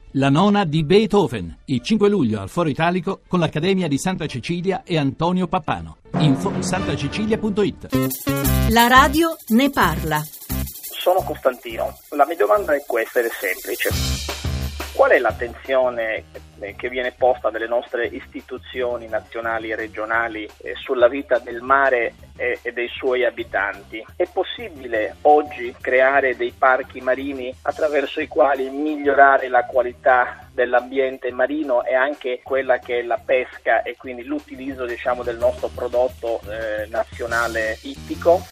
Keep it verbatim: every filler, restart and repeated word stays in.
La nona di Beethoven, il cinque luglio al Foro Italico con l'Accademia di Santa Cecilia e Antonio Pappano. Info santacecilia punto it. La radio ne parla. Sono Costantino. La mia domanda è questa ed è semplice. Qual è l'attenzione che viene posta dalle nostre istituzioni nazionali e regionali sulla vita del mare e dei suoi abitanti? È possibile oggi creare dei parchi marini attraverso i quali migliorare la qualità dell'ambiente marino e anche quella che è la pesca e quindi l'utilizzo, diciamo, del nostro prodotto eh, nazionale ittico?